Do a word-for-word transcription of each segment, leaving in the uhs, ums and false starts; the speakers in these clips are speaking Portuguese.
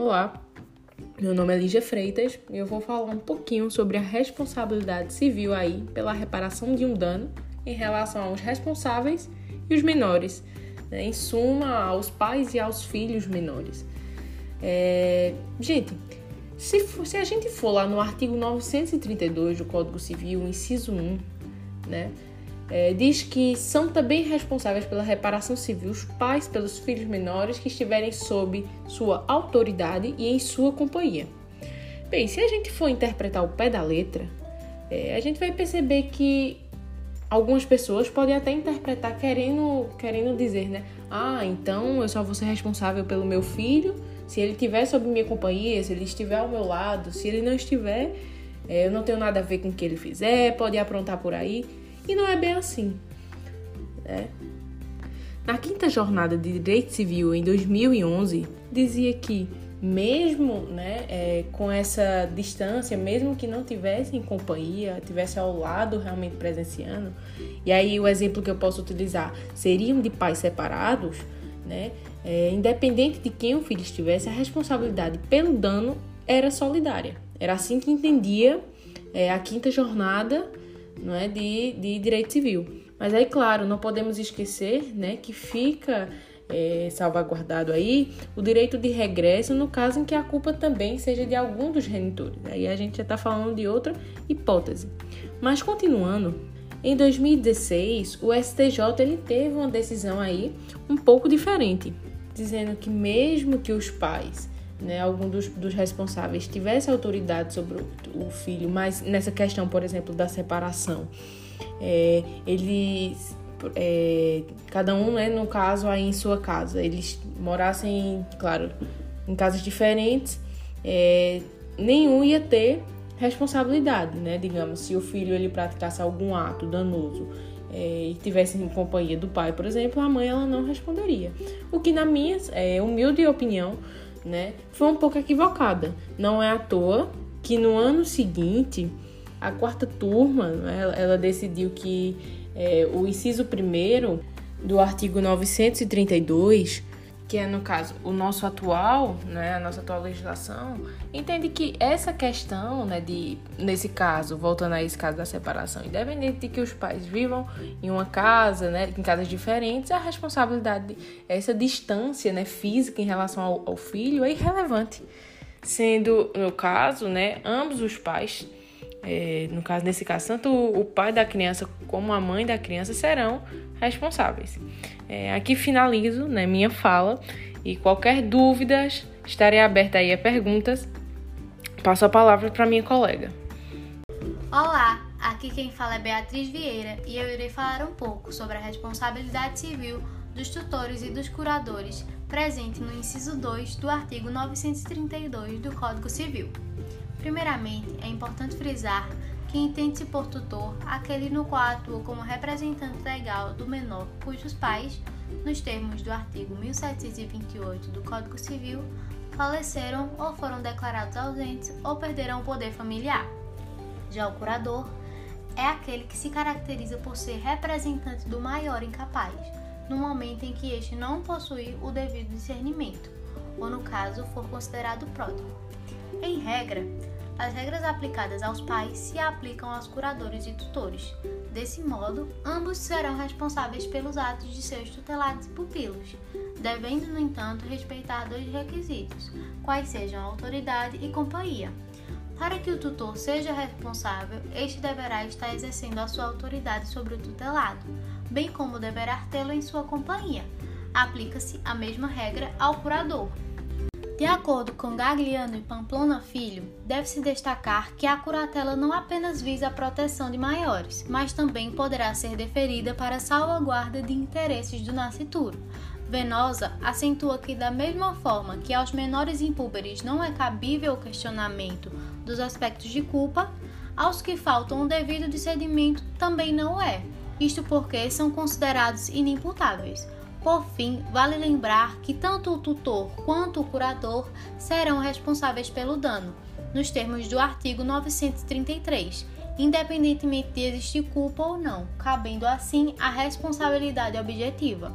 Olá, meu nome é Lígia Freitas e eu vou falar um pouquinho sobre a responsabilidade civil aí pela reparação de um dano em relação aos responsáveis e os menores, né? Em suma, aos pais e aos filhos menores. É... Gente, se, for, se a gente for lá no artigo novecentos e trinta e dois do Código Civil, inciso um, né? É, diz que são também responsáveis pela reparação civil os pais pelos filhos menores que estiverem sob sua autoridade e em sua companhia. Bem, se a gente for interpretar o pé da letra, é, a gente vai perceber que algumas pessoas podem até interpretar querendo, querendo dizer, né? Ah, então eu só vou ser responsável pelo meu filho se ele estiver sob minha companhia, se ele estiver ao meu lado. Se ele não estiver, é, eu não tenho nada a ver com o que ele fizer, pode aprontar por aí. E não é bem assim, né? Na quinta jornada de Direito Civil, em dois mil e onze, dizia que mesmo, né, é, com essa distância, mesmo que não tivesse em companhia, tivesse ao lado realmente presenciando, e aí o exemplo que eu posso utilizar seriam de pais separados, né, é, independente de quem o filho estivesse, a responsabilidade pelo dano era solidária. Era assim que entendia é, a quinta jornada, não é, de, de direito civil. Mas aí, claro, não podemos esquecer, né, que fica é, salvaguardado aí o direito de regresso no caso em que a culpa também seja de algum dos genitores. Aí a gente já está falando de outra hipótese. Mas continuando, em dois mil e dezesseis, o S T J ele teve uma decisão aí um pouco diferente, dizendo que mesmo que os pais, né, algum dos, dos responsáveis tivesse autoridade sobre o, o filho, mas nessa questão, por exemplo, da separação, é, eles, é, cada um, né, no caso, aí em sua casa, eles morassem, claro, em casas diferentes, é, nenhum ia ter responsabilidade, né, digamos, se o filho ele praticasse algum ato danoso é, e tivesse em companhia do pai, por exemplo, a mãe ela não responderia. O que, na minha é, humilde opinião, né, foi um pouco equivocada. Não é à toa que no ano seguinte, a quarta turma, né, ela, ela decidiu que é, o inciso primeiro do artigo novecentos e trinta e dois, que é, no caso, o nosso atual, né, a nossa atual legislação, entende que essa questão, né, de, nesse caso, voltando a esse caso da separação, independente de que os pais vivam em uma casa, né, em casas diferentes, a responsabilidade, essa distância, né, física em relação ao, ao filho é irrelevante. Sendo, no caso, né, ambos os pais, é, no caso, nesse caso, tanto o pai da criança como a mãe da criança serão responsáveis. É, aqui finalizo, né, minha fala e qualquer dúvida estarei aberta aí a perguntas. Passo a palavra para minha colega. Olá, aqui quem fala é Beatriz Vieira e eu irei falar um pouco sobre a responsabilidade civil dos tutores e dos curadores presente no inciso dois do artigo novecentos e trinta e dois do Código Civil. Primeiramente, é importante frisar que entende-se por tutor aquele no qual atua como representante legal do menor cujos pais, nos termos do artigo mil setecentos e vinte e oito do Código Civil, faleceram ou foram declarados ausentes ou perderam o poder familiar. Já o curador é aquele que se caracteriza por ser representante do maior incapaz, no momento em que este não possui o devido discernimento, ou no caso for considerado pródigo. Em regra, as regras aplicadas aos pais se aplicam aos curadores e tutores. Desse modo, ambos serão responsáveis pelos atos de seus tutelados e pupilos, devendo, no entanto, respeitar dois requisitos, quais sejam autoridade e companhia. Para que o tutor seja responsável, este deverá estar exercendo a sua autoridade sobre o tutelado, bem como deverá tê-lo em sua companhia. Aplica-se a mesma regra ao curador. De acordo com Gagliano e Pamplona Filho, deve-se destacar que a curatela não apenas visa a proteção de maiores, mas também poderá ser deferida para a salvaguarda de interesses do nascituro. Venosa acentua que, da mesma forma que aos menores impúberes não é cabível o questionamento dos aspectos de culpa, aos que faltam o devido discernimento também não é, isto porque são considerados inimputáveis. Por fim, vale lembrar que tanto o tutor quanto o curador serão responsáveis pelo dano, nos termos do artigo novecentos e trinta e três, independentemente de existir culpa ou não, cabendo assim a responsabilidade objetiva.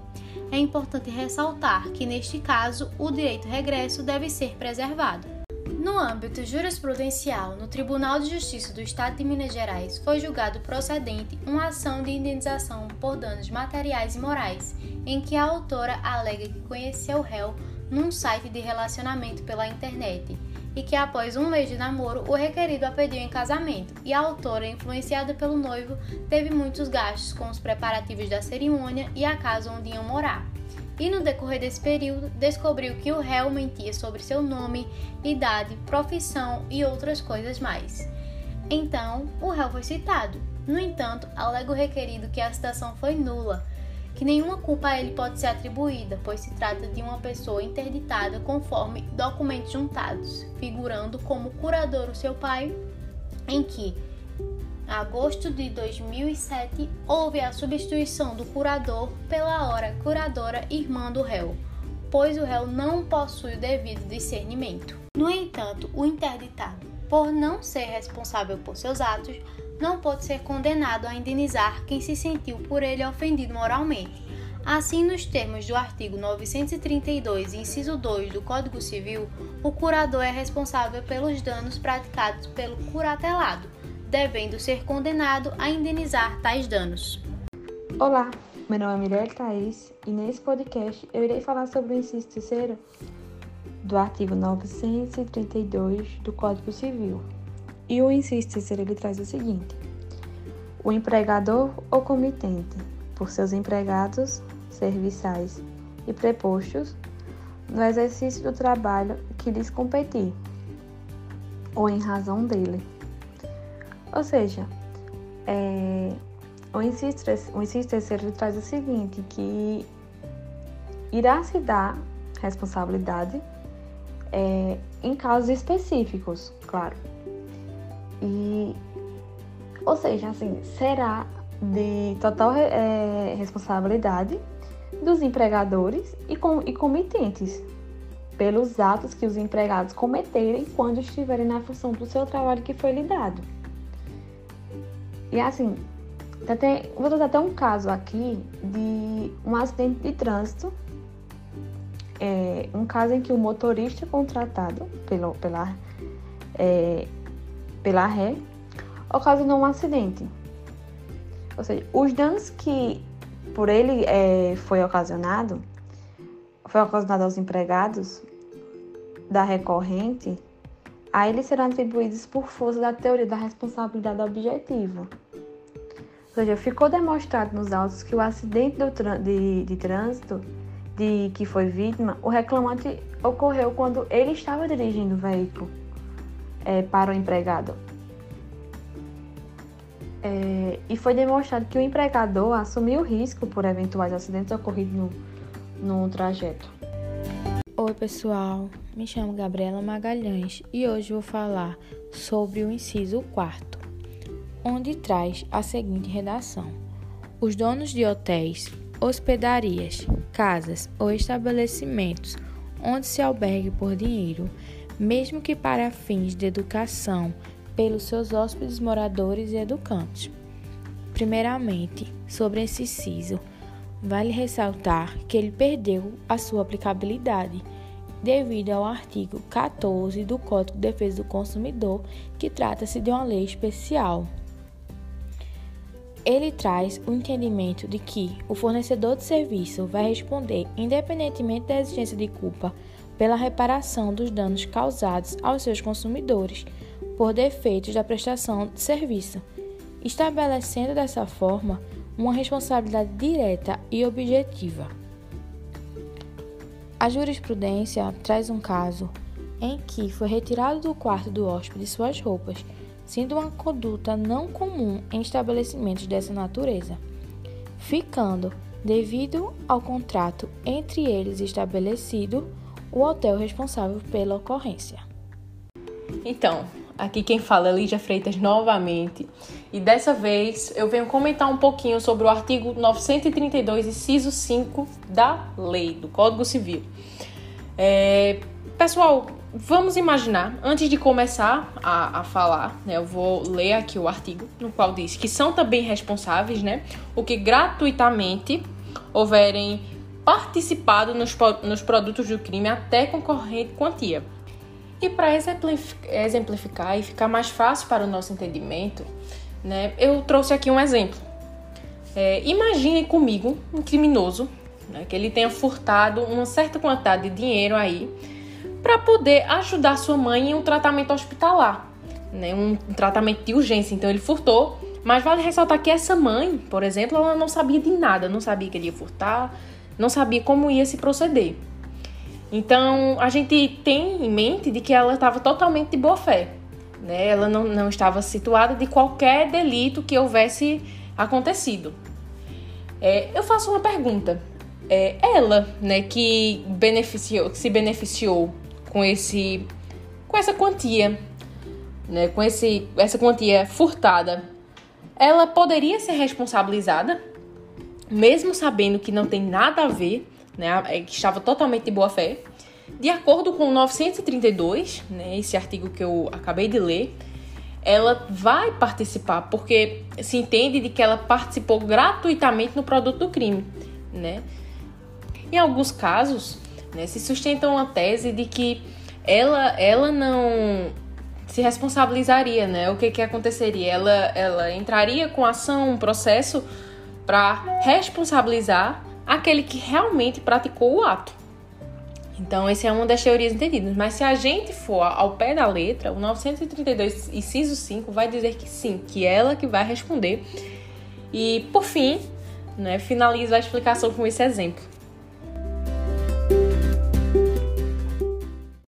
é importante ressaltar que, neste caso, o direito regresso deve ser preservado. No âmbito jurisprudencial, no Tribunal de Justiça do Estado de Minas Gerais foi julgado procedente uma ação de indenização por danos materiais e morais, em que a autora alega que conheceu o réu num site de relacionamento pela internet e que, após um mês de namoro, o requerido a pediu em casamento e a autora, influenciada pelo noivo, teve muitos gastos com os preparativos da cerimônia e a casa onde iam morar. E no decorrer desse período, descobriu que o réu mentia sobre seu nome, idade, profissão e outras coisas mais. Então, o réu foi citado. No entanto, alega o requerido que a citação foi nula, que nenhuma culpa a ele pode ser atribuída, pois se trata de uma pessoa interditada conforme documentos juntados, figurando como curador o seu pai, em que, em agosto de dois mil e sete, houve a substituição do curador pela ora curadora irmã do réu, pois o réu não possui o devido discernimento. No entanto, o interditado, por não ser responsável por seus atos, não pode ser condenado a indenizar quem se sentiu por ele ofendido moralmente. Assim, nos termos do artigo novecentos e trinta e dois, inciso dois do Código Civil, o curador é responsável pelos danos praticados pelo curatelado, devendo ser condenado a indenizar tais danos. Olá, meu nome é Mirelle Thaís e nesse podcast eu irei falar sobre o inciso terceiro do artigo novecentos e trinta e dois do Código Civil. E o inciso terceiro ele traz o seguinte: o empregador ou comitente, por seus empregados, serviçais e prepostos, no exercício do trabalho que lhes competir, ou em razão dele. Ou seja, é, o, inciso, o inciso terceiro ele traz o seguinte, que irá se dar responsabilidade é, em casos específicos, claro. E, ou seja, assim, será de total é, responsabilidade dos empregadores e, com, e comitentes pelos atos que os empregados cometerem quando estiverem na função do seu trabalho que foi lhe dado. E assim, até, vou dar até um caso aqui de um acidente de trânsito, é, um caso em que o motorista contratado pelo, pela, é, pela ré ocasionou um acidente. Ou seja, os danos que por ele é, foi ocasionado, foi ocasionado aos empregados da recorrente, a eles serão atribuídos por força da teoria da responsabilidade objetiva. Ou seja, ficou demonstrado nos autos que o acidente do tr- de, de trânsito de que foi vítima, o reclamante ocorreu quando ele estava dirigindo o veículo é, para o empregado. É, e foi demonstrado que o empregador assumiu o risco por eventuais acidentes ocorridos no, no trajeto. Oi pessoal, me chamo Gabriela Magalhães e hoje vou falar sobre o inciso quarto, onde traz a seguinte redação: os donos de hotéis, hospedarias, casas ou estabelecimentos onde se albergue por dinheiro, mesmo que para fins de educação, pelos seus hóspedes, moradores e educantes. Primeiramente, sobre esse inciso, vale ressaltar que ele perdeu a sua aplicabilidade devido ao artigo quatorze do Código de Defesa do Consumidor, que trata-se de uma lei especial. Ele traz o entendimento de que o fornecedor de serviço vai responder, independentemente da existência de culpa, pela reparação dos danos causados aos seus consumidores por defeitos da prestação de serviço, estabelecendo dessa forma uma responsabilidade direta e objetiva. A jurisprudência traz um caso em que foi retirado do quarto do hóspede suas roupas, sendo uma conduta não comum em estabelecimentos dessa natureza, ficando, devido ao contrato entre eles estabelecido, o hotel responsável pela ocorrência. Então, aqui quem fala é Lígia Freitas novamente, e dessa vez eu venho comentar um pouquinho sobre o artigo novecentos e trinta e dois, inciso cinco da lei, do Código Civil. É, pessoal, vamos imaginar, antes de começar a, a falar, né, eu vou ler aqui o artigo, no qual diz que são também responsáveis, né, o que gratuitamente houverem participado nos, nos produtos do crime até concorrente quantia. E para exemplificar e ficar mais fácil para o nosso entendimento, né, eu trouxe aqui um exemplo. É, imagine comigo um criminoso, né, que ele tenha furtado uma certa quantidade de dinheiro aí para poder ajudar sua mãe em um tratamento hospitalar, né, um, um tratamento de urgência. Então ele furtou, mas vale ressaltar que essa mãe, por exemplo, ela não sabia de nada, não sabia que ele ia furtar, não sabia como ia se proceder. Então, a gente tem em mente de que ela estava totalmente de boa fé, né? Ela não, não estava situada de qualquer delito que houvesse acontecido. É, eu faço uma pergunta. É, ela, né, que, beneficiou, que se beneficiou com, esse, com essa quantia, né, com esse, essa quantia furtada, ela poderia ser responsabilizada, mesmo sabendo que não tem nada a ver, né, que estava totalmente de boa fé. De acordo com o novecentos e trinta e dois, né, esse artigo que eu acabei de ler, ela vai participar, porque se entende de que ela participou gratuitamente no produto do crime, né? Em alguns casos, né, se sustenta uma tese de que ela, ela não se responsabilizaria, né? O que que aconteceria? Ela, ela entraria com ação, um processo para responsabilizar aquele que realmente praticou o ato. Então, essa é uma das teorias entendidas. Mas se a gente for ao pé da letra, o novecentos e trinta e dois, inciso cinco, vai dizer que sim, que ela que vai responder. E, por fim, né, finalizo a explicação com esse exemplo.